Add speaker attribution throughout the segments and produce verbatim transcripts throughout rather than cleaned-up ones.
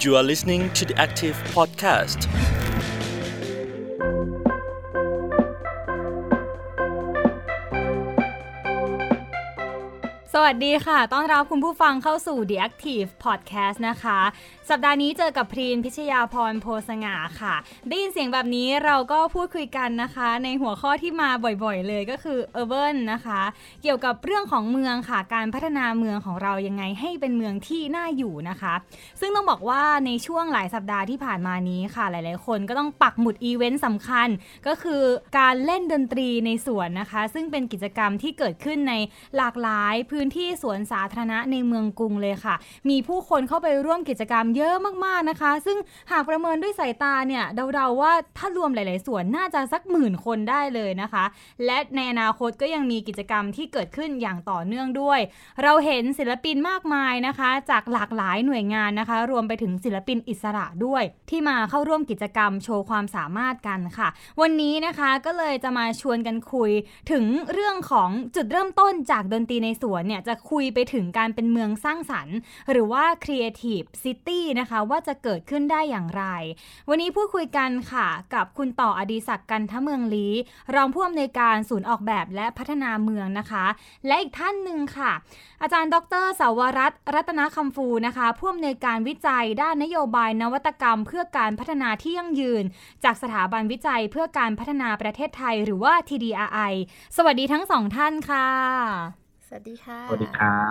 Speaker 1: You are listening to the Active Podcast.
Speaker 2: สวัสดีค่ะต้อนรับคุณผู้ฟังเข้าสู่ The Active Podcast นะคะสัปดาห์นี้เจอกับพรีนพิชยาพรโพสง่าค่ะได้ยินเสียงแบบนี้เราก็พูดคุยกันนะคะในหัวข้อที่มาบ่อยๆเลยก็คือ Urban นะคะเกี่ยวกับเรื่องของเมืองค่ะการพัฒนาเมืองของเรายังไงให้เป็นเมืองที่น่าอยู่นะคะซึ่งต้องบอกว่าในช่วงหลายสัปดาห์ที่ผ่านมานี้ค่ะหลายๆคนก็ต้องปักหมุดอีเวนต์สำคัญก็คือการเล่นดนตรีในสวนนะคะซึ่งเป็นกิจกรรมที่เกิดขึ้นในหลากหลายพื้นที่สวนสาธารณะในเมืองกรุงเลยค่ะมีผู้คนเข้าไปร่วมกิจกรรมเยอะมากๆนะคะซึ่งหากประเมินด้วยสายตาเนี่ยเดาๆว่าถ้ารวมหลายๆสวนน่าจะสักหมื่นคนได้เลยนะคะและในอนาคตก็ยังมีกิจกรรมที่เกิดขึ้นอย่างต่อเนื่องด้วยเราเห็นศิลปินมากมายนะคะจากหลากหลายหน่วยงานนะคะรวมไปถึงศิลปินอิสระด้วยที่มาเข้าร่วมกิจกรรมโชว์ความสามารถกันค่ะวันนี้นะคะก็เลยจะมาชวนกันคุยถึงเรื่องของจุดเริ่มต้นจากดนตรีในสวนเนี่ยจะคุยไปถึงการเป็นเมืองสร้างสรรค์หรือว่า Creative City นะคะว่าจะเกิดขึ้นได้อย่างไรวันนี้พูดคุยกันค่ะกับคุณต่ออดีศักดิ์กันทเมืองลี้รองผู้อำนวยการศูนย์ออกแบบและพัฒนาเมืองนะคะและอีกท่านหนึ่งค่ะอาจารย์ดร.สาวรัตน์รัตนคำฟูนะคะผู้อำนวยการวิจัยด้านนโยบายนวัตกรรมเพื่อการพัฒนาที่ยั่งยืนจากสถาบันวิจัยเพื่อการพัฒนาประเทศไทยหรือว่า ที ดี อาร์ ไอ สวัสดีทั้งสองท่านค่ะ
Speaker 3: สวัสดีค่ะ
Speaker 4: สวัสดีครับ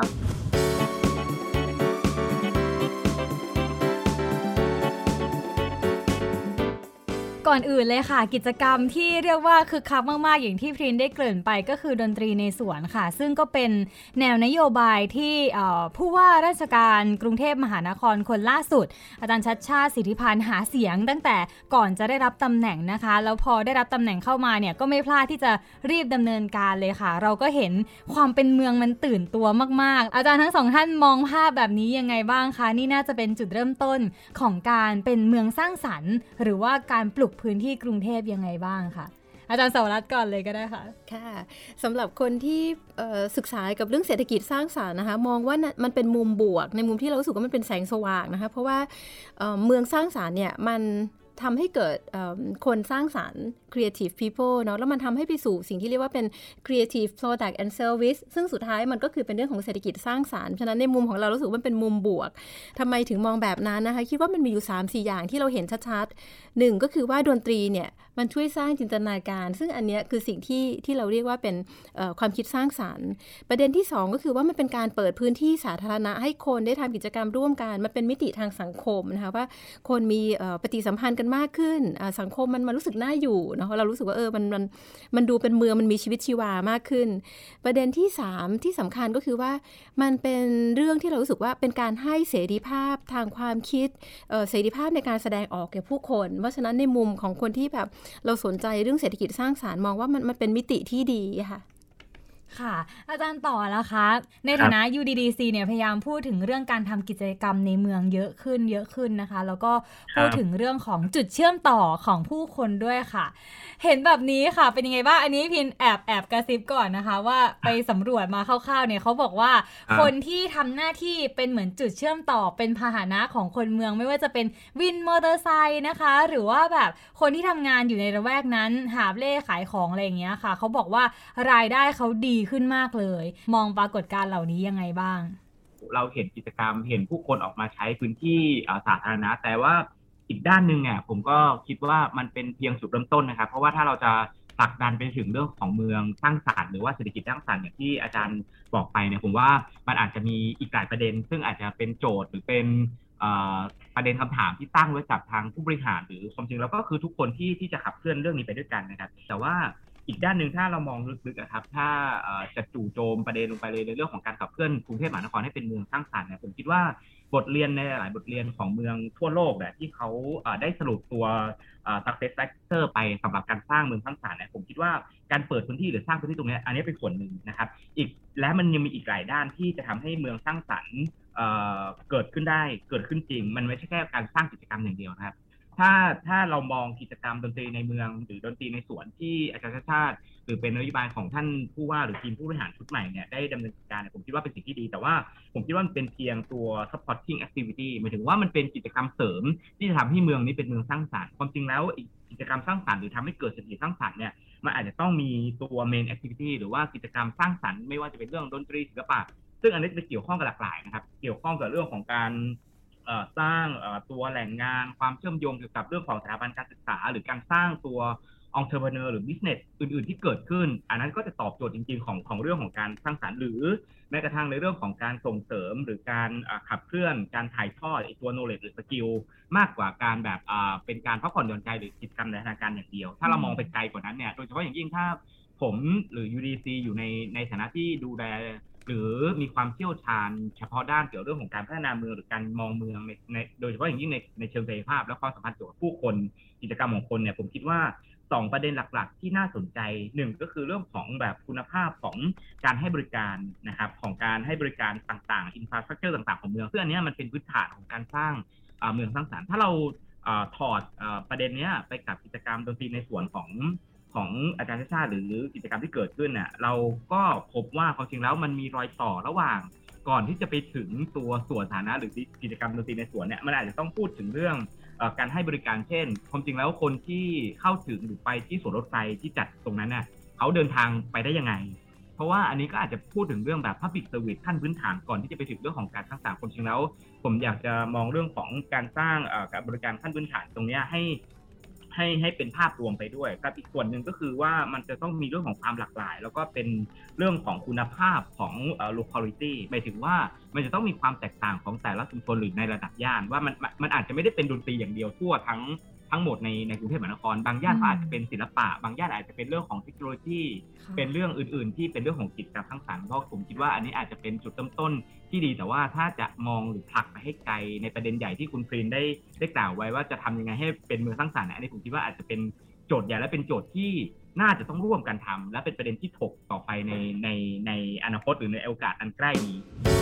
Speaker 2: ก่อนอื่นเลยค่ะกิจกรรมที่เรียกว่าคึกคักมากๆอย่างที่พรินได้เกริ่นไปก็คือดนตรีในสวนค่ะซึ่งก็เป็นแนวนโยบายที่ผู้ว่าราชการกรุงเทพมหานครคนล่าสุดอาจารย์ชัชชาติสิทธิพันธ์หาเสียงตั้งแต่ก่อนจะได้รับตำแหน่งนะคะแล้วพอได้รับตำแหน่งเข้ามาเนี่ยก็ไม่พลาดที่จะรีบดำเนินการเลยค่ะเราก็เห็นความเป็นเมืองมันตื่นตัวมากๆอาจารย์ทั้งสองท่านมองภาพแบบนี้ยังไงบ้างคะนี่น่าจะเป็นจุดเริ่มต้นของการเป็นเมืองสร้างสรรค์หรือว่าการปลุกพื้นที่กรุงเทพยังไงบ้างค่ะอาจารย์สาวรัตน์ก่อนเลยก็ได้ค่ะ
Speaker 3: ค่ะสำหรับคนที่ศึกษากับเรื่องเศรษฐกิจสร้างสรรค์นะคะมองว่ามันเป็นมุมบวกในมุมที่เรารู้สึกว่ามันเป็นแสงสว่างนะคะเพราะว่าเมืองสร้างสรรค์เนี่ยมันทำให้เกิดคนสร้างสรรค์ creative people เนาะแล้วมันทำให้ไปสู่สิ่งที่เรียกว่าเป็น creative product and service ซึ่งสุดท้ายมันก็คือเป็นเรื่องของเศรษฐกิจสร้างสรรค์ฉะนั้นในมุมของเรารู้สึกว่ามันเป็นมุมบวกทำไมถึงมองแบบนั้นนะคะคิดว่ามันมีอยู่ สามสี่ อย่างที่เราเห็นชัดๆหนึ่งก็คือว่าดนตรีเนี่ยมันช่วยสร้างจินตนาการซึ่งอันนี้คือสิ่งที่ที่เราเรียกว่าเป็นความคิดสร้างสรรค์ประเด็นที่สองก็คือว่ามันเป็นการเปิดพื้นที่สาธารณะให้คนได้ทำกิจกรรมร่วมกันมันเป็นมิติทางสังคมนะคะว่าคนมีปฏิสัมพันธ์กันมากขึ้นสังคมมันมันรู้สึกน่าอยู่เนาะเรารู้สึกว่าเออมันมันมันดูเป็นเมืองมันมีชีวิตชีวามากขึ้นประเด็นที่สามที่สำคัญก็คือว่ามันเป็นเรื่องที่เรารู้สึกว่าเป็นการให้เสรีภาพทางความคิดเสรีภาพในการแสดงออกแก่ผู้คนเพราะฉะนั้นในมุมของคนที่แบบเราสนใจเรื่องเศรษฐกิจสร้างสรรค์มองว่ามันมันเป็นมิติที่ดีค่ะ
Speaker 2: ค่ะอาจารย์ต่อแล้วคะในฐานะ ยู ดี ดี ซี เนี่ยพยายามพูดถึงเรื่องการทำกิจกรรมในเมืองเยอะขึ้นเยอะขึ้นนะคะแล้วก็พูดถึงเรื่องของจุดเชื่อมต่อของผู้คนด้วยค่ะเห็นแบบนี้ค่ะเป็นยังไงบ้างอันนี้พินแอบแอบกระซิบก่อนนะคะว่าไปสำรวจมาคร่าวๆเนี่ยเขาบอกว่าคนที่ทำหน้าที่เป็นเหมือนจุดเชื่อมต่อเป็นพาหนะของคนเมืองไม่ว่าจะเป็นวินมอเตอร์ไซค์นะคะหรือว่าแบบคนที่ทำงานอยู่ในระแวกนั้นหาบเล่ขายของอะไรอย่างเงี้ยค่ะเขาบอกว่ารายได้เขาดีขึ้นมากเลยมองปรากฏการณ์เหล่านี้ยังไงบ้าง
Speaker 4: เราเห็นกิจกรรมเห็นผู้คนออกมาใช้พื้นที่สาธารณะแต่ว่าอีกด้านนึงเนี่ยผมก็คิดว่ามันเป็นเพียงจุดเริ่มต้นนะครับเพราะว่าถ้าเราจะผลักดันไปถึงเรื่องของเมืองสร้างสรรค์หรือว่าเศรษฐกิจสร้างสรรค์อย่างที่อาจารย์บอกไปเนี่ยผมว่ามันอาจจะมีอีกหลายประเด็นซึ่งอาจจะเป็นโจทย์หรือเป็นประเด็นคำถามที่ตั้งไว้กับทางผู้บริหารหรือความจริงแล้วก็คือทุกคนที่ที่จะขับเคลื่อนเรื่องนี้ไปด้วยกันนะครับแต่ว่าอีกด้านหนึ่งถ้าเรามองลึกๆครับถ้าจะจู่โจมประเด็นลงไปเลยในเรื่องของการขับเคลื่อนกรุงเทพมหานครให้เป็นเมืองสร้างสรรค์เนี่ยผมคิดว่าบทเรียนในหลายบทเรียนของเมืองทั่วโลกเนี่ยที่เขาได้สรุปตัว success factor ไปสำหรับการสร้างเมืองสร้างสรรค์เนี่ยผมคิดว่าการเปิดพื้นที่หรือสร้างพื้นที่ตรงนี้อันนี้เป็นส่วนหนึ่งนะครับอีกและมันยังมีอีกหลายด้านที่จะทำให้เมืองสร้างสรรค์เกิดขึ้นได้เกิดขึ้นจริงมันไม่ใช่แค่การสร้างกิจกรรมอย่างเดียวนะครับถ้าถ้าเรามองกิจกรรมดนตรีในเมืองหรือดนตรีในสวนที่อาจารย์ชาติชาติหรือเป็นนโยบายของท่านผู้ว่าหรือทีมผู้บริหารชุดใหม่เนี่ยได้ดำเนินการเนี่ยผมคิดว่าเป็นสิ่งที่ดีแต่ว่าผมคิดว่ามันเป็นเพียงตัว supporting activity หมายถึงว่ามันเป็นกิจกรรมเสริมที่จะทำให้เมืองนี้เป็นเมืองสร้างสรรค์ความจริงแล้วกิจกรรมสร้างสรรค์หรือทำให้เกิดเศรษฐกิจสร้างสรรค์เนี่ยมันอาจจะต้องมีตัว main activity หรือว่ากิจกรรมสร้างสรรค์ไม่ว่าจะเป็นเรื่องดนตรีศิลปะซึ่งอันนี้จะเกี่ยวข้องกับหลากหลายนะครับเกี่ยวข้องกับเรื่องของการสร้างตัวแหล่งงานความเชื่อมโยงเกี่ยวกับเรื่องของสถาบันการศึกษาหรือการสร้างตัว entrepreneur หรือ business อื่นๆที่เกิดขึ้นอันนั้นก็จะตอบโจทย์จริงๆของของเรื่องของการสร้างสรรค์หรือแม้กระทั่งในเรื่องของการส่งเสริมหรือการขับเคลื่อนการถ่ายทอดตัว knowledge หรือ skill มากกว่าการแบบเป็นการพักผ่อนหย่อนใจหรือกิจกรรมในทางการอย่างเดียวถ้าเรามองไปไกลกว่านั้นเนี่ยโดยเฉพาะอย่างยิ่งถ้าผมหรือ ยู ดี ซี อยู่ในในฐานะที่ดูแลหรือมีความเชี่ยวชาญเฉพาะด้านเกี่ยวกับเรื่องของการพัฒนาเมืองหรือการมองเมืองในในโดยเฉพาะอย่างยิ่งในในเชิงศักยภาพและความสัมพันธ์เกี่ยวกับผู้คนกิจกรรมของคนเนี่ยผมคิดว่าสองประเด็นหลักๆที่น่าสนใจหนึ่งก็คือเรื่องของแบบคุณภาพของการให้บริการนะครับของการให้บริการต่างๆอินฟราสตรัคเจอร์ต่างๆของเมืองซึ่งอันนี้มันเป็นพื้นฐานของการสร้างเมืองสร้างสรรค์ถ้าเราถอดประเด็นนี้ไปกับกิจกรรมดนตรีในส่วนของของอาจารย์ชาติชาติหรือกิจกรรมที่เกิดขึ้นน่ะเราก็พบว่าความจริงแล้วมันมีรอยต่อระหว่างก่อนที่จะไปถึงตัวสวนสาธารณะหรือกิจกรรมดนตรีในสวนเนี่ยมันอาจจะต้องพูดถึงเรื่องการให้บริการเช่นความจริงแล้วคนที่เข้าถึงหรือไปที่สวนรถไฟที่จัดตรงนั้นน่ะเขาเดินทางไปได้ยังไงเพราะว่าอันนี้ก็อาจจะพูดถึงเรื่องแบบ public service ขั้นพื้นฐานก่อนที่จะไปถึงเรื่องของการสร้างสรรค์ความจริงแล้วผมอยากจะมองเรื่องของการสร้างการบริการขั้นพื้นฐานตรงนี้ให้ให้ให้เป็นภาพรวมไปด้วยกับอีกส่วนหนึ่งก็คือว่ามันจะต้องมีเรื่องของความหลากหลายแล้วก็เป็นเรื่องของคุณภาพของเอ่อ locality หมายถึงว่ามันจะต้องมีความแตกต่างของแต่ละชุมชนหรือในระดับย่านว่ามันมันอาจจะไม่ได้เป็นดนตรีอย่างเดียวทั่วทั้งทั้งหมดในในกรุงเทพมหานครบางย่านอาจจะเป็นศิลปะบางย่านอาจจะเป็นเรื่องของเทคโนโลยีเป็นเรื่องอื่นๆที่เป็นเรื่องของกิจกรรมสร้างสรรค์เพราะผมคิดว่าอันนี้อาจจะเป็นจุดเริ่มต้นที่ดีแต่ว่าถ้าจะมองหรือผลักไปให้ไกลในประเด็นใหญ่ที่คุณฟรีนได้ได้กล่าวไว้ว่าจะทำยังไงให้เป็นเมืองสร้างสรรค์อันนี้ผมคิดว่าอาจจะเป็นโจทย์ใหญ่และเป็นโจทย์ที่น่าจะต้องร่วมกันทำและเป็นประเด็นที่ถกต่อไปในในในอนาคตหรือในโอกาสอันใกล้นี้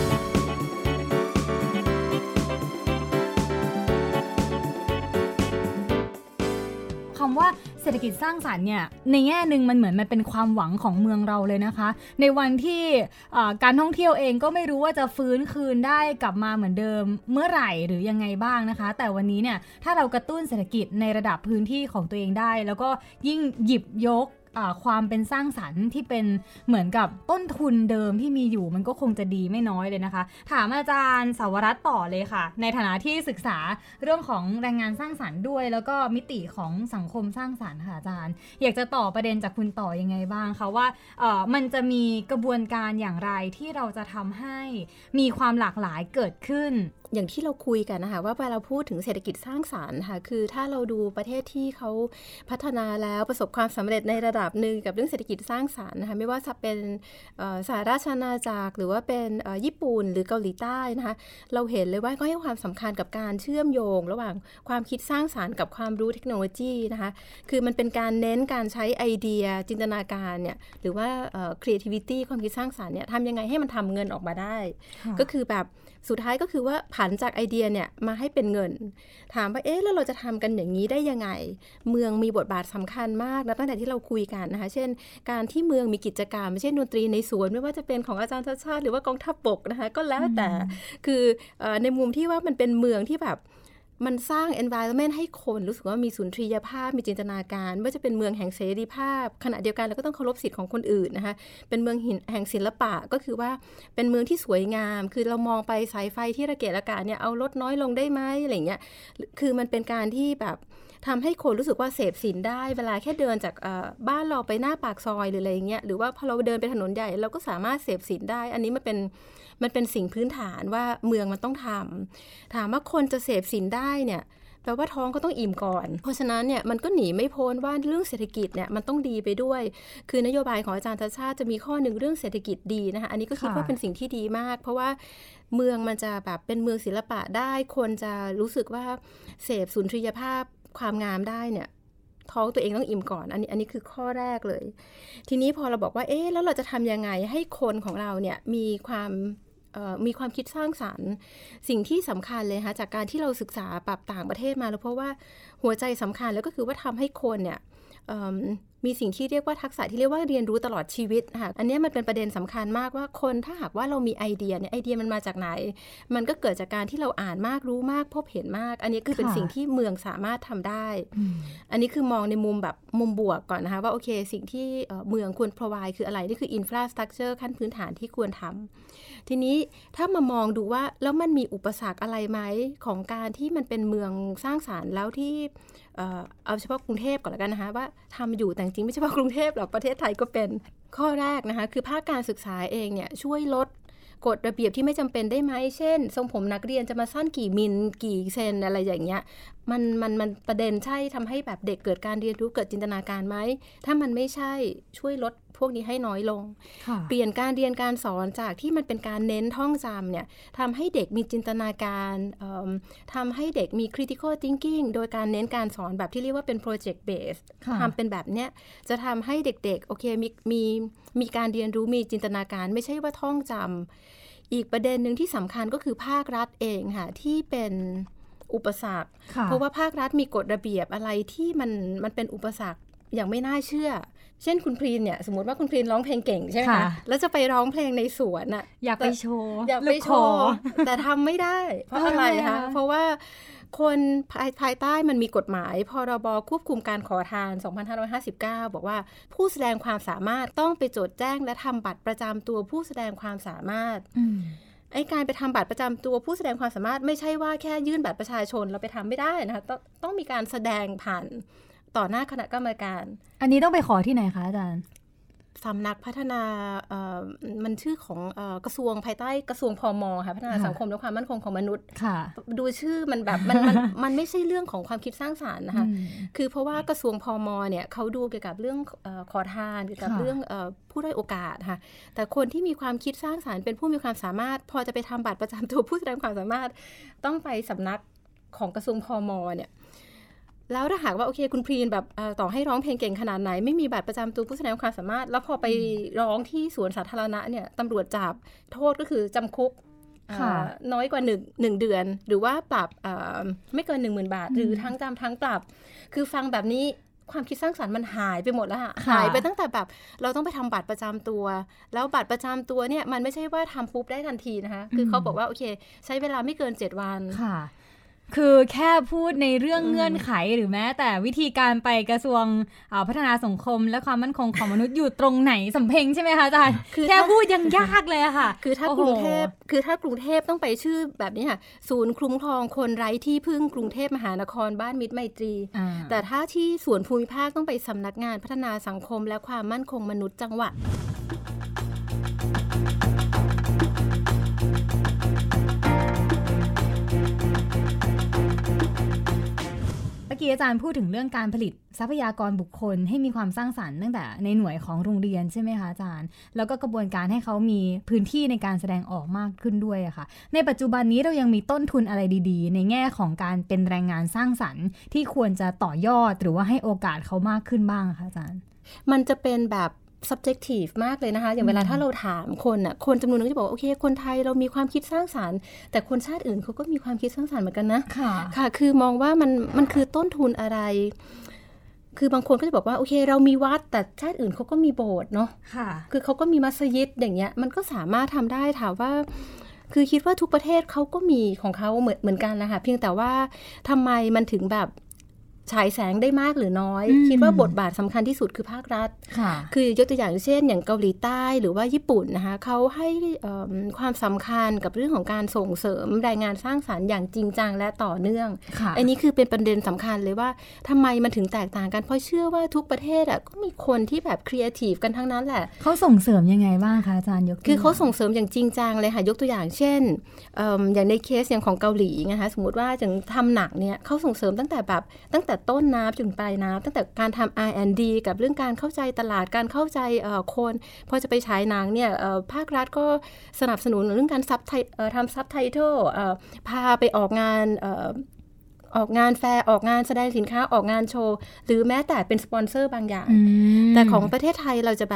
Speaker 2: คำว่าเศรษฐกิจสร้างสรรค์เนี่ยในแง่นึงมันเหมือนมันเป็นความหวังของเมืองเราเลยนะคะในวันที่การท่องเที่ยวเองก็ไม่รู้ว่าจะฟื้นคืนได้กลับมาเหมือนเดิมเมื่อไหร่หรือยังไงบ้างนะคะแต่วันนี้เนี่ยถ้าเรากระตุ้นเศรษฐกิจในระดับพื้นที่ของตัวเองได้แล้วก็ยิ่งหยิบยกความเป็นสร้างสรรค์ที่เป็นเหมือนกับต้นทุนเดิมที่มีอยู่มันก็คงจะดีไม่น้อยเลยนะคะถามอาจารย์สาวรัตน์ต่อเลยค่ะในฐานะที่ศึกษาเรื่องของแรงงานสร้างสรรค์ด้วยแล้วก็มิติของสังคมสร้างสรรค์ค่ะอาจารย์อยากจะต่อประเด็นจากคุณต่อยังไงบ้างคะว่าเอ่อมันจะมีกระบวนการอย่างไรที่เราจะทำให้มีความหลากหลายเกิดขึ้น
Speaker 3: อย่างที่เราคุยกันนะคะว่าเวลาเราพูดถึงเศรษฐกิจสร้างสรรค์ค่ะคือถ้าเราดูประเทศที่เขาพัฒนาแล้วประสบความสำเร็จในระดับหนึ่งกับเรื่องเศรษฐกิจสร้างสรรค์นะคะไม่ว่าจะเป็นสหราชอาณาจักรหรือว่าเป็นญี่ปุ่นหรือเกาหลีใต้นะคะเราเห็นเลยว่าเขาให้ความสำคัญกับการเชื่อมโยงระหว่างความคิดสร้างสรรค์กับความรู้เทคโนโลยีนะคะคือมันเป็นการเน้นการใช้ไอเดียจินตนาการเนี่ยหรือว่า creativity ความคิดสร้างสรรค์เนี่ยทำยังไงให้มันทำเงินออกมาได้ก็คือแบบสุดท้ายก็คือว่าผันจากไอเดียเนี่ยมาให้เป็นเงินถามว่าเอ๊ะแล้วเราจะทำกันอย่างนี้ได้ยังไงเมืองมีบทบาทสำคัญมากนะตั้งแต่ที่เราคุยกันนะคะเช่นการที่เมืองมีกิจกรรมเช่นดนตรีในสวนไม่ว่าจะเป็นของอาจารย์ชาติชาติหรือว่ากองทัพบกนะคะก็แล้วแต่คือในมุมที่ว่ามันเป็นเมืองที่แบบมันสร้าง environment ให้คนรู้สึกว่ามีสุนทรียภาพมีจินตนาการไม่ว่าจะเป็นเมืองแห่งเสรีภาพขณะเดียวกันเราก็ต้องเคารพสิทธิ์ของคนอื่นนะคะเป็นเมืองแห่งศิลปะก็คือว่าเป็นเมืองที่สวยงามคือเรามองไปสายไฟที่ระเกะระกะเนี่ยเอาลดน้อยลงได้ไหมอะไรเงี้ยคือมันเป็นการที่แบบทำให้คนรู้สึกว่าเสพสินได้เวลาแค่เดินจากบ้านเราไปหน้าปากซอยหรืออะไรเงี้ยหรือว่าพอเราเดินไปถนนใหญ่เราก็สามารถเสพสินได้อันนี้มันเป็นมันเป็นสิ่งพื้นฐานว่าเมืองมันต้องทำถามว่าคนจะเสพสินได้เนี่ยแปลว่าท้องก็ต้องอิ่มก่อนเพราะฉะนั้นเนี่ยมันก็หนีไม่พ้นว่าเรื่องเศรษฐกิจเนี่ยมันต้องดีไปด้วยคือนโยบายของอาจารย์ชาติชาติจะมีข้อหนึ่งเรื่องเศรษฐกิจดีนะคะอันนี้ก็คิดว่าเป็นสิ่งที่ดีมากเพราะว่าเมืองมันจะแบบเป็นเมืองศิลปะได้คนจะรู้สึกว่าเสพสุนทรียภาพความงามได้เนี่ยท้องตัวเองต้องอิ่มก่อนอันนี้อันนี้คือข้อแรกเลยทีนี้พอเราบอกว่าเอ๊ะแล้วเราจะทำยังไงให้คนของเราเนี่ยมีความมีความคิดสร้างสรรค์สิ่งที่สำคัญเลยค่ะจากการที่เราศึกษาปรับต่างประเทศมาแล้วเพราะว่าหัวใจสำคัญแล้วก็คือว่าทำให้คนเนี่ยมีสิ่งที่เรียกว่าทักษะที่เรียกว่าเรียนรู้ตลอดชีวิตค่ะอันนี้มันเป็นประเด็นสำคัญมากว่าคนถ้าหากว่าเรามีไอเดียเนี่ยไอเดียมันมาจากไหนมันก็เกิดจากการที่เราอ่านมากรู้มากพบเห็นมากอันนี้คือเป็นสิ่งที่เมืองสามารถทำได้อันนี้คือมองในมุมแบบมุมบวกก่อนนะคะว่าโอเคสิ่งที่เมืองควร provide คืออะไรนี่คือ infrastructure ขั้นพื้นฐานที่ควรทำทีนี้ถ้ามามองดูว่าแล้วมันมีอุปสรรคอะไรไหมของการที่มันเป็นเมืองสร้างสรรค์แล้วที่เอ่อเอาเฉพาะกรุงเทพก่อนแล้วกันนะคะว่าทำอยู่แต่จริงไม่เฉพาะกรุงเทพหรอกประเทศไทยก็เป็นข้อแรกนะคะคือภาคการศึกษาเองเนี่ยช่วยลดกฎระเบียบที่ไม่จำเป็นได้ไหมเช่นทรงผมนักเรียนจะมาสั้นกี่มิลกี่เซนอะไรอย่างเงี้ยมันมันมันประเด็นใช่ทำให้แบบเด็กเกิดการเรียนรู้เกิดจินตนาการไหมถ้ามันไม่ใช่ช่วยลดพวกนี้ให้น้อยลงเปลี่ยนการเรียนการสอนจากที่มันเป็นการเน้นท่องจำเนี่ยทำให้เด็กมีจินตนาการทำให้เด็กมี critical thinking โดยการเน้นการสอนแบบที่เรียกว่าเป็น project based ทำเป็นแบบเนี้ยจะทำให้เด็กๆโอเคมีมีมีการเรียนรู้มีจินตนาการไม่ใช่ว่าท่องจำอีกประเด็นหนึ่งที่สำคัญก็คือภาครัฐเองค่ะที่เป็นอุปสรรคเพราะว่าภาครัฐมีกฎระเบียบอะไรที่มันมันเป็นอุปสรรคอย่างไม่น่าเชื่อเช่นคุณพรีนเนี่ยสมมติว่าคุณพรีนร้องเพลงเก่งใช่ไหมคะแล้วจะไปร้องเพลงในสวนน่ะ
Speaker 2: อยากไปโชว์
Speaker 3: อยากไปโชว์แต่ทำไม่ได้เพราะอะไรคะเพราะว่าคนภายภายใต้มันมีกฎหมายพรบควบคุมการขอทานสองพันห้าร้อยห้าสิบเก้าบอกว่าผู้แสดงความสามารถต้องไปจดแจ้งและทำบัตรประจำตัวผู้แสดงความสามารถไอ้การไปทำบัตรประจำตัวผู้แสดงความสามารถไม่ใช่ว่าแค่ยื่นบัตรประชาชนเราไปทำไม่ได้นะคะต้องต้องมีการแสดงผ่านต่อหน้าคณะกรรมการ
Speaker 2: อันนี้ต้องไปขอที่ไหนคะอาจารย์
Speaker 3: สำนักพัฒนาเอ่อมันชื่อของเอ่อกระทรวงภายใต้กระทรวงพม.ค่ะพัฒนาสังคมและความมั่นคงของมนุษย์ดูชื่อมันแบบมันมันมันไม่ใช่เรื่องของความคิดสร้างสรรค์นะคะคือเพราะว่ากระทรวงพม.เนี่ยเขาดูเกี่ยวกับเรื่องเอ่อขอทานเกี่ยวกับเรื่องเอ่อผู้ด้อยโอกาสค่ะแต่คนที่มีความคิดสร้างสรรค์เป็นผู้มีความสามารถพอจะไปทำบัตรประจำตัวผู้แสดงความสามารถต้องไปสำนักของกระทรวงพม.เนี่ยแล้วถ้าหากว่าโอเคคุณพรีนแบบต่อให้ร้องเพลงเก่งขนาดไหนไม่มีบัตรประจำตัวผู้แสดงความสามารถแล้วพอไปร้องที่สวนสาธารณะเนี่ยตำรวจจับโทษก็คือจำคุกน้อยกว่าหนึ่งหนึ่งเดือนหรือว่าปรับไม่เกิน หนึ่งหมื่น บาทหรือทั้งจำทั้งปรับคือฟังแบบนี้ความคิดสร้างสรรค์มันหายไปหมดแล้วค่ะหายไปตั้งแต่แบบเราต้องไปทำบัตรประจำตัวแล้วบัตรประจำตัวเนี่ยมันไม่ใช่ว่าทำปุ๊บได้ทันทีนะคะคือเขาบอกว่าโอเคใช้เวลาไม่เกินเจ็ดวัน
Speaker 2: คือแค่พูดในเรื่องเงื่อนไขหรือแม้แต่วิธีการไปกระทรวงพัฒนาสังคมและความมั่นคงของมนุษย์อยู่ตรงไหนสำเพ็งใช่ไหมคะอาจารย์แค่พูดยังยากเลยค่ะ
Speaker 3: คือถ้ากรุงเทพคือถ้ากรุงเทพต้องไปชื่อแบบนี้ค่ะศูนย์คุ้มครองคนไร้ที่พึ่งกรุงเทพมหานครบ้านมิตรไมตรีแต่ถ้าที่ส่วนภูมิภาคต้องไปสำนักงานพัฒนาสังคมและความมั่นคงมนุษย์จังหวัด
Speaker 2: เมื่อกี้อาจารย์พูดถึงเรื่องการผลิตทรัพยากรบุคคลให้มีความสร้างสรรค์ตั้งแต่ในหน่วยของโรงเรียนใช่ไหมคะอาจารย์แล้วก็กระบวนการให้เขามีพื้นที่ในการแสดงออกมากขึ้นด้วยอะค่ะในปัจจุบันนี้เรายังมีต้นทุนอะไรดีๆในแง่ของการเป็นแรงงานสร้างสรรค์ที่ควรจะต่อยอดหรือว่าให้โอกาสเขามากขึ้นบ้างคะอาจารย์
Speaker 3: มันจะเป็นแบบ subjective มากเลยนะคะอย่างเวลาถ้าเราถามคนน่ะคนจำนวนนึงจะบอกโอเคคนไทยเรามีความคิดสร้างสรรค์แต่คนชาติอื่นเขาก็มีความคิดสร้างสรรค์เหมือนกันนะค่ะค่ะคือมองว่ามันมันคือต้นทุนอะไรคือบางคนก็จะบอกว่าโอเคเรามีวัดแต่ชาติอื่นเขาก็มีโบสถ์เนาะค่ะคือเขาก็มีมัสยิดอย่างเงี้ยมันก็สามารถทำได้ถามว่าคือคิดว่าทุกประเทศเขาก็มีของเขาเหมือนเหมือนกันนะคะเพียงแต่ว่าทำไมมันถึงแบบฉายแสงได้มากหรือน้อยคิดว่าบทบาทสำคัญที่สุดคือภาครัฐคือยกตัวอย่างเช่นอย่างเกาหลีใต้หรือว่าญี่ปุ่นนะคะเขาให้ความสำคัญกับเรื่องของการส่งเสริมแรงงานสร้างสรรค์อย่างจริงจังและต่อเนื่องอันนี้คือเป็นประเด็นสำคัญเลยว่าทำไมมันถึงแตกต่างกันเพราะเชื่อว่าทุกประเทศอ่ะก็มีคนที่แบบครีเอทีฟกันทั้งนั้นแหละ
Speaker 2: เขาส่งเสริมยังไงบ้างคะอาจารย์ยก
Speaker 3: คือเขาส่งเสริมอย่างจริงจังเลยค่ะยกตัวอย่างเช่น อ, อย่างในเคสอย่างของเกาหลีนะคะสมมติว่าอย่างทำหนังเนี่ยเขาส่งเสริมตั้งแต่แบบตั้งแต่ต้นน้ำจนปลายน้ำตั้งแต่การทำ อาร์ แอนด์ ดี กับเรื่องการเข้าใจตลาดการเข้าใจคนพอจะไปฉายหนังเนี่ยภาครัฐก็สนับสนุนเรื่องการซับไททำซับไตเติลพาไปออกงานออกงานแฟร์ออกงานแสดงสินค้าออกงานโชว์หรือแม้แต่เป็นสปอนเซอร์บางอย่างแต่ของประเทศไทยเราจะแบบ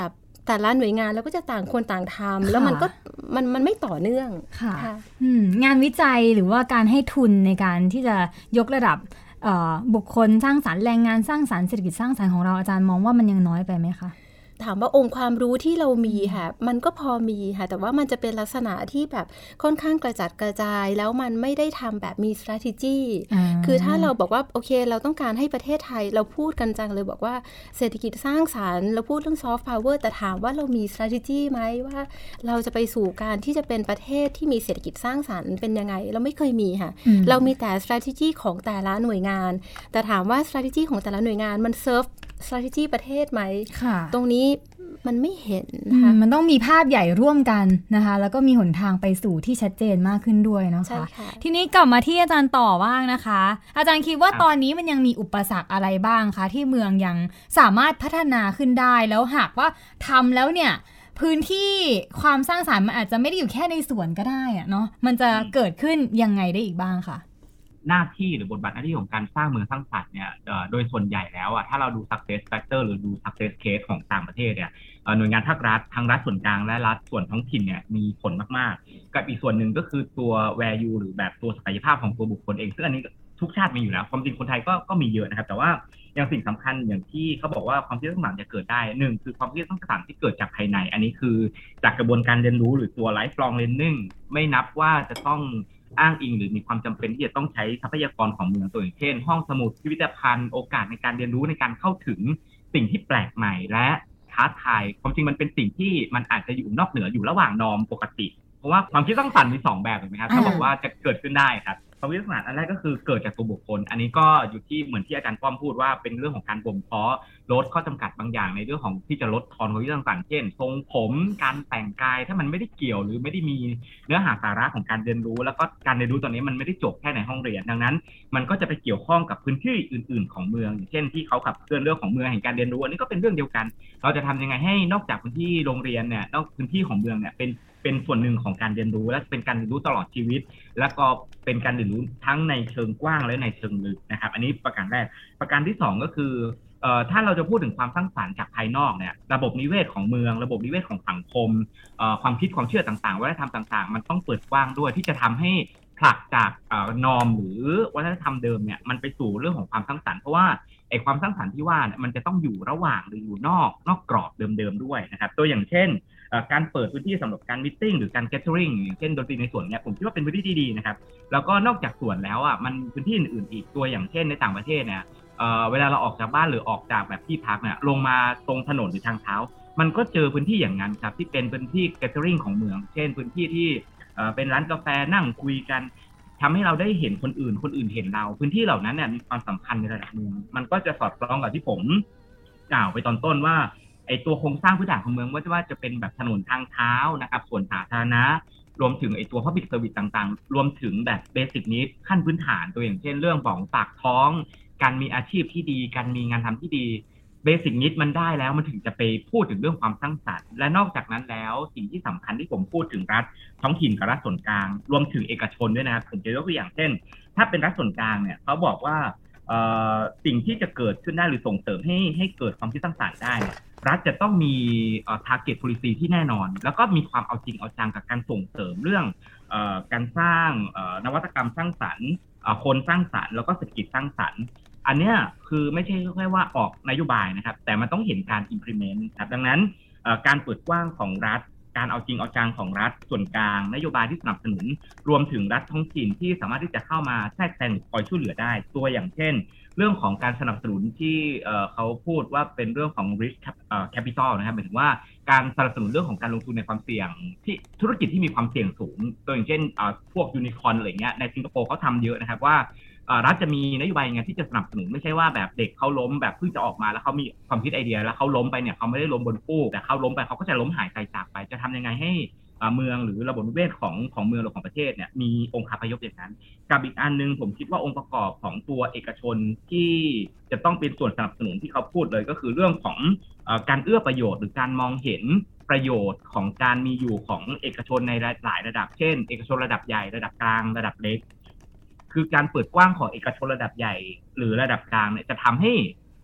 Speaker 3: แต่ละหน่วยงานแล้วก็จะต่างคนต่างทำแล้วมันก็มันมันไม่ต่อเนื่อง
Speaker 2: ค่ะงานวิจัยหรือว่าการให้ทุนในการที่จะยกระดับบุคคลสร้างสรรค์แรงงานสร้างสรรค์เศรษฐกิจสร้างสรรค์ของเราอาจารย์มองว่ามันยังน้อยไปไหมคะ
Speaker 3: ถามว่าองค์ความรู้ที่เรามีค่ะมันก็พอมีค่ะแต่ว่ามันจะเป็นลักษณะที่แบบค่อนข้างกระจัดกระจายแล้วมันไม่ได้ทำแบบมี strategy คือถ้าเราบอกว่าโอเคเราต้องการให้ประเทศไทยเราพูดกันจังเลยบอกว่าเศรษฐกิจสร้างสรรค์เราพูดเรื่อง soft power แต่ถามว่าเรามี strategy ไหมว่าเราจะไปสู่การที่จะเป็นประเทศที่มีเศรษฐกิจสร้างสรรค์เป็นยังไงเราไม่เคยมีค่ะเรามีแต่ strategy ของแต่ละหน่วยงานแต่ถามว่า strategy ของแต่ละหน่วยงานมัน serve strategy ประเทศไหมตรงนี้มันไม่เห็นนะคะ
Speaker 2: มันต้องมีภาพใหญ่ร่วมกันนะคะแล้วก็มีหนทางไปสู่ที่ชัดเจนมากขึ้นด้วยนะคะทีนี้กลับมาที่อาจารย์ต่อบ้างนะคะอาจารย์คิดว่าตอนนี้มันยังมีอุปสรรคอะไรบ้างคะที่เมืองยังสามารถพัฒนาขึ้นได้แล้วหากว่าทำแล้วเนี่ยพื้นที่ความสร้างสรรค์มันอาจจะไม่ได้อยู่แค่ในสวนก็ได้อะเนาะมันจะเกิดขึ้นยังไงได้อีกบ้างคะ
Speaker 4: หน้าที่หรือบทบาทหน้าที่ของการสร้างเมืองสร้างสรรค์เนี่ยโดยส่วนใหญ่แล้วอ่ะถ้าเราดู success factor หรือดู success case ของต่างประเทศเนี่ยหน่วยงานภาครัฐทั้งรัฐส่วนกลางและรัฐส่วนท้องถิ่นเนี่ยมีผลมากๆกับอีกส่วนหนึ่งก็คือตัว value หรือแบบตัวศักยภาพของตัวบุคคลเองซึ่งอันนี้ทุกชาติมีอยู่แล้วความจริงคนไทยก็ก็มีเยอะนะครับแต่ว่าอย่างสิ่งสำคัญอย่างที่เขาบอกว่าความคิดสร้างสรรค์จะเกิดได้หนึ่งคือความคิดสร้างสรรค์ที่เกิดจากภายในอันนี้คือจากกระบวนการเรียนรู้หรือตัว lifelong learning ไม่นับว่าจะต้องอ้างอิงหรือมีความจำเป็นที่จะต้องใช้ทรัพยากรของเมืองตัวอย่างเช่นห้องสมุดพิพิธภัณฑ์โอกาสในการเรียนรู้ในการเข้าถึงสิ่งที่แปลกใหม่และท้าทายความจริงมันเป็นสิ่งที่มันอาจจะอยู่นอกเหนืออยู่ระหว่างนอร์มปกติเพราะว่าความคิดสร้างสรรค์มีสองแบบถูกไหมครับถ้าบอกว่าจะเกิดขึ้นได้ครับความคิดสร้างสรรค์อันแรกก็คือเกิดจากตัวบุคคลอันนี้ก็อยู่ที่เหมือนที่อาจารย์ป้อมพูดว่าเป็นเรื่องของการบ่มเพาะลดข้อจำกัดบางอย่างในเรื่องของที่จะลดทอนความคิดสร้างสรรค์เช่นทรงผมการแต่งกายถ้ามันไม่ได้เกี่ยวหรือไม่ได้มีเนื้อหาสาระของการเรียนรู้แล้วก็การเรียนรู้ตอนนี้มันไม่ได้จบแค่ในห้องเรียนดังนั้นมันก็จะไปเกี่ยวข้องกับพื้นที่อื่นๆของเมืองเช่นที่เขาขับเคลื่อนเรื่องของเมืองแห่งการเรียนรู้อันนี้ก็เป็นเรื่องเดียวกันเราจะทำยังไงให้นอกจากพื้นที่โรงเรียนเนี่ยนอกพื้นที่ของเมืองเนี่ยเป็นเป็นส่วนหนึ่งของการเรียนรู้และเป็นการเรียนรู้ตลอดชีวิตแล้วก็เป็นการเรียนรู้ทั้งในเชิงกว้างและในเชิงลึกนะครับอันนี้ประการแรกประการที่สองก็คือเอ่อถ้าเราจะพูดถึงความสร้างสรรค์จากภายนอกเนี่ยระบบนิเวศของเมืองระบบนิเวศของสังคมเอ่อความคิดความเชื่อต่างๆวัฒนธรรมต่างๆมันต้องเปิดกว้างด้วยที่จะทำให้ผลักจากเอ่อนอร์มหรือวัฒนธรรมเดิมเนี่ยมันไปสู่เรื่องของความสร้างสรรค์เพราะว่าไอ้ความสร้างสรรค์ที่ว่ามันจะต้องอยู่ระหว่างหรืออยู่นอกนอกกรอบเดิมๆด้วยนะครับตัวอย่างเช่นการเปิดพื้นที่สำหรับการมีตติ้งหรือการแกเธอริงเช่นดนตรีในสวนเนี่ยผมคิดว่าเป็นพื้นที่ที่ดีนะครับแล้วก็นอกจากสวนแล้วอ่ะมันพื้นที่อื่นๆอีกตัวอย่างเช่นในต่างประเทศเนี่ยเอ่อเวลาเราออกจากบ้านหรือออกจากแบบที่พักเนี่ยลงมาตรงถนนหรือทางเท้ามันก็เจอพื้นที่อย่างนั้นครับที่เป็นพื้นที่แกเธอริงของเมืองเช่นพื้นที่ที่เอ่อเป็นร้านกาแฟนั่งคุยกันทำให้เราได้เห็นคนอื่นคนอื่นเห็นเราพื้นที่เหล่านั้นเนี่ยมีความสำคัญในระดับนึงมันก็จะสอดคล้องกับที่ผมกล่าวไปตอนต้นว่าไอตัวโครงสร้างพื้นฐานของเมืองไม่ว่าจะเป็นแบบถนนทางเท้านะครับส่วนสาธารณะรวมถึงไอตัว public service ต่างๆรวมถึงแบบเบสิกนี้ขั้นพื้นฐานตัวอย่างเช่นเรื่องของปากท้องการมีอาชีพที่ดีการมีงานทำที่ดีเบสิกนิดมันได้แล้วมันถึงจะไปพูดถึงเรื่องความสร้างสรรค์และนอกจากนั้นแล้วสิ่งที่สำคัญที่ผมพูดถึงรัฐท้องถิ่นกับรัฐส่วนกลางรวมถึงเอกชนด้วยนะครับผมจะยกตัวอย่างเช่นถ้าเป็นรัฐส่วนกลางเนี่ยเขาบอกว่าสิ่งที่จะเกิดขึ้นได้หรือส่งเสริมให้ให้เกิดความคิดสร้างสรรค์ได้รัฐจะต้องมี target policy ที่แน่นอนแล้วก็มีความเอาจริงเอาจังกับการส่งเสริมเรื่องเอ่อการสร้างนวัตกรรมสร้างสรรค์คนสร้างสรรค์แล้วก็เศรษฐกิจสร้างสรรค์อันเนี้ยคือไม่ใช่แค่ว่าออกนโยบายนะครับแต่มันต้องเห็นการ implement ครับดังนั้นการเปิดกว้างของรัฐการเอาจริงเอาจังของรัฐส่วนกลางนโยบายที่สนับสนุนรวมถึงรัฐท้องถิ่นที่สามารถที่จะเข้ามาแทรกแซงคอยช่วยเหลือได้ตัวอย่างเช่นเรื่องของการสนับสนุนที่เขาพูดว่าเป็นเรื่องของ risk capital นะครับหมายถึงว่าการสนับสนุนเรื่องของการลงทุนในความเสี่ยงที่ธุรกิจที่มีความเสี่ยงสูงตัวอย่างเช่นพวกยูนิคอร์นอะไรเงี้ยในสิงคโปร์เขาทำเยอะนะครับว่ารัฐจะมีนโยบายยังไงที่จะสนับสนุนไม่ใช่ว่าแบบเด็กเขาล้มแบบเพิ่งจะออกมาแล้วเขามีความคิดไอเดียแล้วเขาล้มไปเนี่ยเขาไม่ได้ล้มบนฟูกแต่เขาล้มไปเขาก็จะล้มหายใจจากไปจะทำยังไงให้เมืองหรือระบบนิเวศของของเมืองหรือของประเทศเนี่ยมีองค์คาพยพอย่างนั้นกับอีกอันนึงผมคิดว่าองค์ประกอบของตัวเอกชนที่จะต้องเป็นส่วนสนับสนุนที่เขาพูดเลยก็คือเรื่องของการเอื้อประโยชน์หรือการมองเห็นประโยชน์ของการมีอยู่ของเอกชนในหลายระดับเช่นเอกชนระดับใหญ่ระดับกลางระดับเล็กคือการเปิดกว้างของเอกชนระดับใหญ่หรือระดับกลางเนี่ยจะทำให้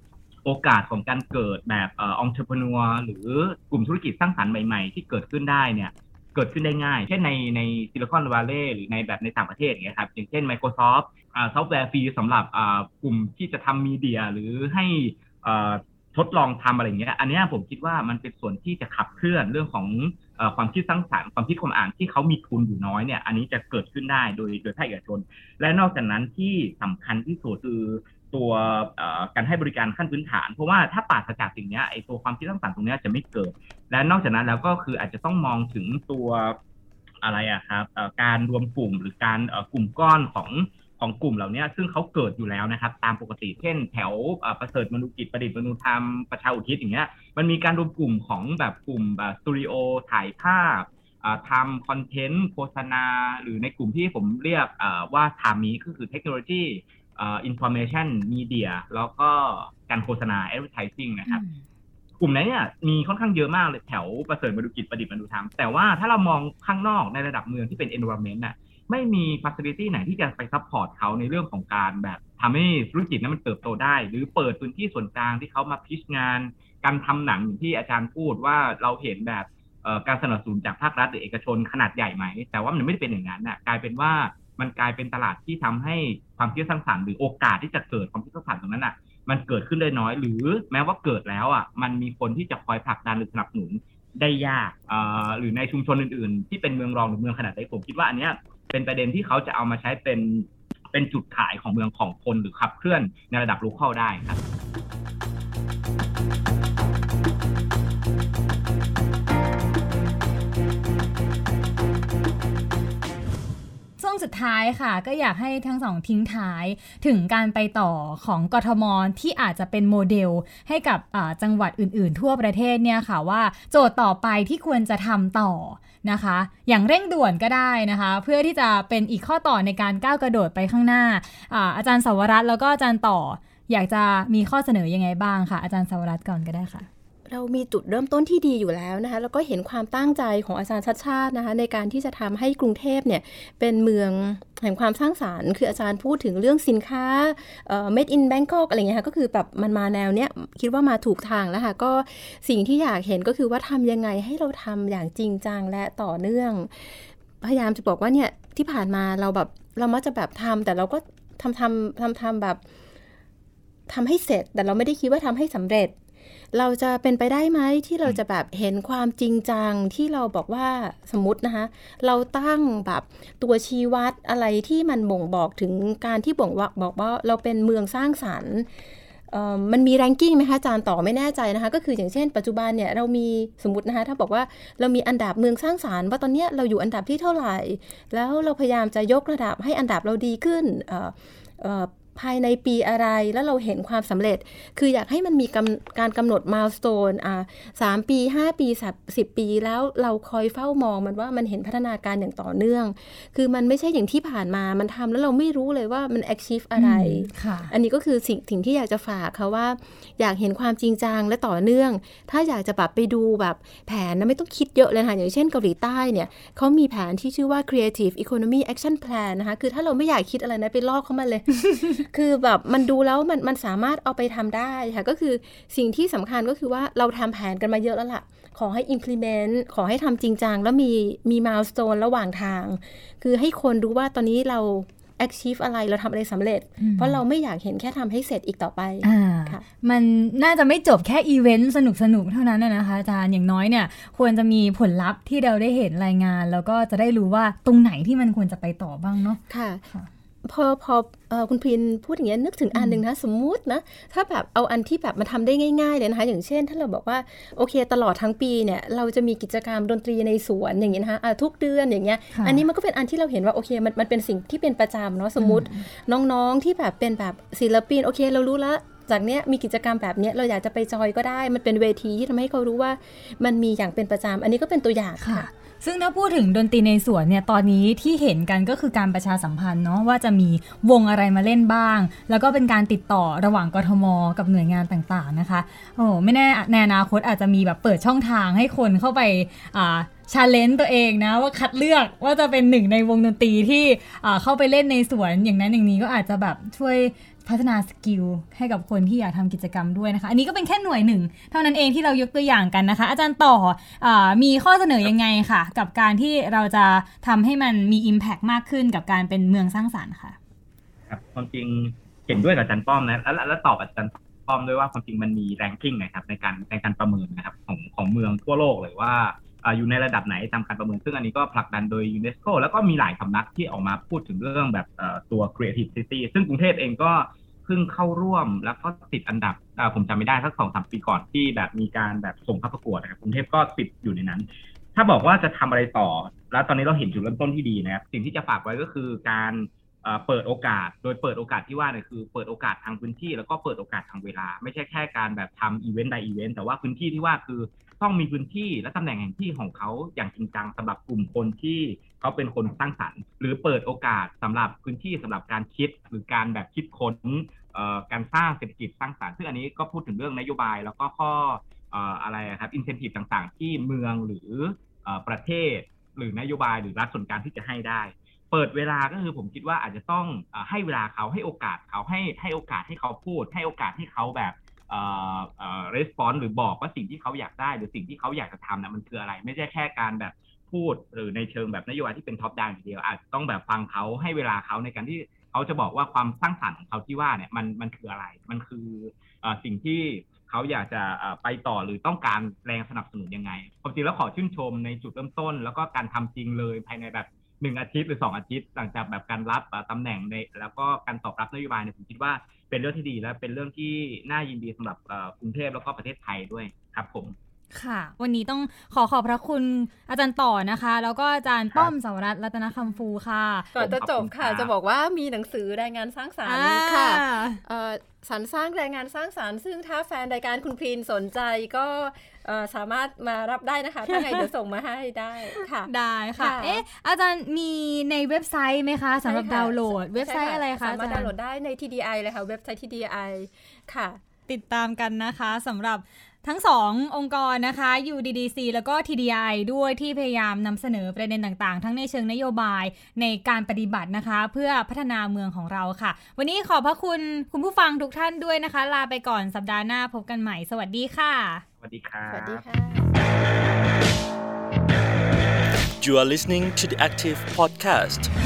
Speaker 4: โอกาสของการเกิดแบบเอ่อ entrepreneur หรือกลุ่มธุรกิจสร้างสรรค์ใหม่ๆที่เกิดขึ้นได้เนี่ยเกิดขึ้นได้ง่ายเช่นในในซิลิคอนวัลเลย์หรือในแบบในต่างประเทศอย่างเงี้ยครับอย่างเช่น Microsoft อ่าซอฟต์แวร์ฟรีสำหรับอ่ากลุ่มที่จะทำมีเดียหรือให้อ่าทดลองทำอะไรอย่างเงี้ยอันนี้ผมคิดว่ามันเป็นส่วนที่จะขับเคลื่อนเรื่องของเอ่อความคิดสร้างสรรค์ความคิดความอ่านที่เขามีทุนอยู่น้อยเนี่ยอันนี้จะเกิดขึ้นได้โดยโดยภาคเอกชนและนอกจากนั้นที่สำคัญที่สุดคือตัวการให้บริการขั้นพื้นฐานเพราะว่าถ้าปราศจากสิ่งนี้ไอ้ตัวความคิดสร้างสรรค์ตรงนี้จะไม่เกิดและนอกจากนั้นแล้วก็คืออาจจะต้องมองถึงตัวอะไรอะครับการรวมกลุ่มหรือการกลุ่มก้อนของของกลุ่มเหล่านี้ซึ่งเขาเกิดอยู่แล้วนะครับตามปกติเช่นแถวประเสริฐมนุกิจประดิษฐ์มนุธรรมประชาอุทิศอย่างเงี้ยมันมีการรวมกลุ่มของแบบกลุ่มสตูดิโอถ่ายภาพทำคอนเทนต์โฆษณาหรือในกลุ่มที่ผมเรียกว่าทำนี้ก็คือเทคโนโลยีอ่า information media แล้วก็การโฆษณา advertising นะครับกลุ่มนั้นเนี่ยมีค่อนข้างเยอะมากเลยแถวประเสริฐมนุกิจประดิษฐ์มนุธรรมแต่ว่าถ้าเรามองข้างนอกในระดับเมืองที่เป็น environment น่ะไม่มี facility ไหนที่จะไป support เขาในเรื่องของการแบบทำให้ธุรกิจนั้นมันเติบโตได้หรือเปิดพื้นที่ส่วนกลางที่เขามาพิชงานการทำหนังอย่างที่อาจารย์พูดว่าเราเห็นแบบการสนับสนุนจากภาครัฐหรือเอกชนขนาดใหญ่ไหมแต่ว่ามันไม่ได้เป็นอย่างนั้นน่ะกลายเป็นว่ามันกลายเป็นตลาดที่ทำให้ความคิดสร้างสรรค์หรือโอกาสที่จะเกิดความคิดสร้างสรรค์ตรงนั้นอ่ะมันเกิดขึ้นได้น้อยหรือแม้ว่าเกิดแล้วอ่ะมันมีคนที่จะคอยผลักดันหรือสนับสนุนได้ยากอ่าหรือในชุมชนอื่นๆที่เป็นเมืองรองหรือเมืองขนาดเล็กผมคิดว่าอันเนี้ยเป็นประเด็นที่เขาจะเอามาใช้เป็นเป็นจุดขายของเมืองของคนหรือขับเคลื่อนในระดับโลคอลได้ครับ
Speaker 2: สุดท้ายค่ะก็อยากให้ทั้งสองทิ้งท้ายถึงการไปต่อของกทม.ที่อาจจะเป็นโมเดลให้กับจังหวัดอื่นๆทั่วประเทศเนี่ยค่ะว่าโจทย์ต่อไปที่ควรจะทำต่อนะคะอย่างเร่งด่วนก็ได้นะคะเพื่อที่จะเป็นอีกข้อต่อในการก้าวกระโดดไปข้างหน้า อ, อาจารย์สาวรัตน์แล้วก็อาจารย์ต่ออยากจะมีข้อเสนอยังไงบ้างค่ะอาจารย์สาวรัตน์ก่อนก็ได้ค่ะ
Speaker 3: เรามีจุดเริ่มต้นที่ดีอยู่แล้วนะคะแล้วก็เห็นความตั้งใจของอาจารย์ชัชชาตินะคะในการที่จะทำให้กรุงเทพเนี่ยเป็นเมืองแห่งความสร้างสรรค์คืออาจารย์พูดถึงเรื่องสินค้าเอ่อ made in Bangkok อะไรเงี้ยค่ะก็คือแบบมันมาแนวเนี้ยคิดว่ามาถูกทางแล้วค่ะก็สิ่งที่อยากเห็นก็คือว่าทำยังไงให้เราทำอย่างจริงจังและต่อเนื่องพยายามจะบอกว่าเนี่ยที่ผ่านมาเราแบบเรามักจะแบบทำแต่เราก็ทำทำทำทำแบบทำให้เสร็จแต่เราไม่ได้คิดว่าทำให้สำเร็จเราจะเป็นไปได้ไหมที่เราจะแบบเห็นความจริงจังที่เราบอกว่าสมมตินะคะเราตั้งแบบตัวชี้วัดอะไรที่มันบ่งบอกถึงการที่บ่งบอกว่าเราเป็นเมืองสร้างสรรค์มันมีแรงกิ้งไหมคะอาจารย์ต่อไม่แน่ใจนะคะก็คืออย่างเช่นปัจจุบันเนี่ยเรามีสมมตินะคะถ้าบอกว่าเรามีอันดับเมืองสร้างสรรค์ว่าตอนนี้เราอยู่อันดับที่เท่าไหร่แล้วเราพยายามจะยกระดับให้อันดับเราดีขึ้นภายในปีอะไรแล้วเราเห็นความสำเร็จคืออยากให้มันมีการกำหนดมายสโตนอ่าสามปีห้าปีสิบปีแล้วเราคอยเฝ้ามองมันว่ามันเห็นพัฒนาการอย่างต่อเนื่องคือมันไม่ใช่อย่างที่ผ่านมามันทำแล้วเราไม่รู้เลยว่ามัน achieve อะไร อ, อันนี้ก็คือสิ่งสิ่งที่อยากจะฝากค่ะว่าอยากเห็นความจริงจังและต่อเนื่องถ้าอยากจะแบบไปดูแบบแผนนะไม่ต้องคิดเยอะเลยค่ะอย่างเช่นเกาหลีใต้เนี่ยเขามีแผนที่ชื่อว่า Creative Economy Action Plan นะคะคือถ้าเราไม่อยากคิดอะไรนะไปลอกเข้ามาเลย คือแบบมันดูแล้วมันมันสามารถเอาไปทำได้ค่ะก็คือสิ่งที่สำคัญก็คือว่าเราทำแผนกันมาเยอะแล้วล่ะขอให้ implement ขอให้ทำจริงจังแล้วมีมี milestone ระหว่างทางคือให้คนรู้ว่าตอนนี้เรา achieve อะไรเราทำอะไรสำเร็จเพราะเราไม่อยากเห็นแค่ทำให้เสร็จอีกต่อไปค่ะ
Speaker 2: มันน่าจะไม่จบแค่อีเวนต์สนุกๆเท่านั้นนะคะอาจารย์อย่างน้อยเนี่ยควรจะมีผลลัพธ์ที่เราได้เห็นรายงานแล้วก็จะได้รู้ว่าตรงไหนที่มันควรจะไปต่อบ้างเนาะ
Speaker 3: ค่ะพอพอเอ่อคุณพินพูดอย่างนี้นึกถึงอันนึงนะสมมุตินะถ้าแบบเอาอันที่แบบมาทำได้ง่ายๆเลยนะคะอย่างเช่นถ้าเราบอกว่าโอเคตลอดทั้งปีเนี่ยเราจะมีกิจกรรมดนตรีในสวนอย่างนี้นะคะะทุกเดือนอย่างเงี้ยอันนี้มันก็เป็นอันที่เราเห็นว่าโอเคมันมันเป็นสิ่งที่เป็นประจำเนาะสมมุติน้องๆที่แบบเป็นแบบศิลปินโอเคเรารู้แล้วจากเนี้ยมีกิจกรรมแบบเนี้ยเราอยากจะไปจอยก็ได้มันเป็นเวทีที่ทำให้เขารู้ว่ามันมีอย่างเป็นประจำอันนี้ก็เป็นตัวอย่างค่ะ
Speaker 2: ซึ่งถ้าพูดถึงดนตรีในสวนเนี่ยตอนนี้ที่เห็นกันก็คือการประชาสัมพันธ์เนาะว่าจะมีวงอะไรมาเล่นบ้างแล้วก็เป็นการติดต่อระหว่างกทม.กับหน่วยงานต่างๆนะคะโอ้ไม่แน่ในอนาคตอาจจะมีแบบเปิดช่องทางให้คนเข้าไปชาเลนจ์ตัวเองนะว่าคัดเลือกว่าจะเป็นหนึ่งในวงดนตรีที่เข้าไปเล่นในสวนอย่างนั้นอย่างนี้ก็อาจจะแบบช่วยพัฒนาสกิลให้กับคนที่อยากทำกิจกรรมด้วยนะคะอันนี้ก็เป็นแค่หน่วยหนึ่งเท่านั้นเองที่เรายกตัวอย่างกันนะคะอาจารย์ต่อมีข้อเสนอยังไงค่ะกับการที่เราจะทำให้มันมี impact มากขึ้นกับการเป็นเมืองสร้างสรรค์ค่ะ
Speaker 4: ครับความจริงเห็นด้วยกับอาจารย์ป้อมนะแล้วแล้วตอบอาจารย์ป้อมด้วยว่าความจริงมันมี ranking นะครับในการในการประเมินนะครับของของเมืองทั่วโลกเลยว่าอยู่ในระดับไหนตามการประเมินซึ่งอันนี้ก็ผลักดันโดยยูเนสโกแล้วก็มีหลายสำนักที่ออกมาพูดถึงเรื่องแบบตัว Creative City ซึ่งกรุงเทพเองก็เพิ่งเข้าร่วมแล้วก็ติดอันดับผมจำไม่ได้สัก สองถึงสาม ปีก่อนที่แบบมีการแบบส่งเข้าประกวดนะครับกรุงเทพก็ติดอยู่ในนั้นถ้าบอกว่าจะทำอะไรต่อแล้วตอนนี้เราเห็นจุดเริ่มต้นที่ดีนะครับสิ่งที่จะฝากไว้ก็คือการเปิดโอกาสโดยเปิดโอกาสที่ว่าเนี่ยคือเปิดโอกาสทางพื้นที่แล้วก็เปิดโอกาสทางเวลาไม่ใช่แค่การแบบทำอีเวนต์ใดอีเวนต์แต่ว่าพื้นที่ที่ว่าคือต้องมีพื้นที่และตำแหน่งแห่งที่ของเขาอย่างจริงจังสำหรับกลุ่มคนที่เขาเป็นคนสร้างสรรค์หรือเปิดโอกาสสำหรับพื้นที่สำหรับการคิดหรือการแบบคิดค้นการสร้างเศรษฐกิจสร้างสรรค์ซึ่งอันนี้ก็พูดถึงเรื่องนโยบายแล้วก็ข้ออะไรครับอินเซนทีฟต่างๆที่เมืองหรือประเทศหรือนโยบายหรือรัฐส่วนกลางที่จะให้ได้เปิดเวลาก็คือผมคิดว่าอาจจะต้องให้เวลาเขาให้โอกาสเขาให้ให้โอกาสให้เขาพูดให้โอกาสให้เขาแบบเอ่อเอ่อ response หรือบอกว่าสิ่งที่เขาอยากได้หรือสิ่งที่เขาอยากจะทำนะมันคืออะไรไม่ใช่แค่การแบบพูดหรือในเชิงแบบนโยบายที่เป็นท็อปดาวน์อย่างเดียวอาจจะต้องแบบฟังเขาให้เวลาเขาในการที่เขาจะบอกว่าความสร้างสรรค์ของเขาที่ว่าเนี่ยมันมันคืออะไรมันคือเอ่อสิ่งที่เขาอยากจะไปต่อหรือต้องการแรงสนับสนุนยังไงความจริงแล้วขอชื่นชมในจุดเริ่มต้นแล้วก็การทำจริงเลยภายในแบบหนึ่งอาทิตย์หรือสองอาทิตย์หลังจากแบบการรับตำแหน่งในแล้วก็การตอบรับนโยบายเนี่ยผมคิดว่าเป็นเรื่องที่ดีและเป็นเรื่องที่น่ายินดีสำหรับกรุงเทพแล้วก็ประเทศไทยด้วยครับผม
Speaker 2: ค่ะวันนี้ต้องขอขอบพระคุณอาจารย์ต่อนะคะแล้วก็อาจารย์ป้อมสาวรัตน์รัตนคำฟูค่ะ
Speaker 3: ก่อนจะจบค่ะจะบอกว่ามีหนังสือรายงานสร้างสรรค์ค่ะสรรสร้างรายงานสร้างสรรค์ซึ่งถ้าแฟนรายการคุณพรีนสนใจก็สามารถมารับได้นะคะถ้าไงเดี๋ยวส่งมาให้ได้ค่ะ
Speaker 2: ได้ค่ะเอ๊ะอาจารย์มีในเว็บไซต์ไหมคะสำหรับดาวน์โหลดเว็บไซต์อะไรคะ
Speaker 3: สามารถดาวน์โหลดได้ใน ที ดี ไอ เลยค่ะเว็บไซต์ ที ดี ไอ ค่ะ
Speaker 2: ติดตามกันนะคะสำหรับทั้งสององค์กรนะคะ ยู ดี ดี ซี แล้วก็ ที ดี ไอ ด้วยที่พยายามนำเสนอประเด็นต่างๆทั้งในเชิงนโยบายในการปฏิบัตินะคะเพื่อพัฒนาเมืองของเราค่ะวันนี้ขอบพระคุณคุณผู้ฟังทุกท่านด้วยนะคะลาไปก่อนสัปดาห์หน้าพบกันใหม่สวัสดีค่ะ
Speaker 4: สวัสดีครับ
Speaker 3: สวัสดีค่ะ
Speaker 1: You are listening to the Active Podcast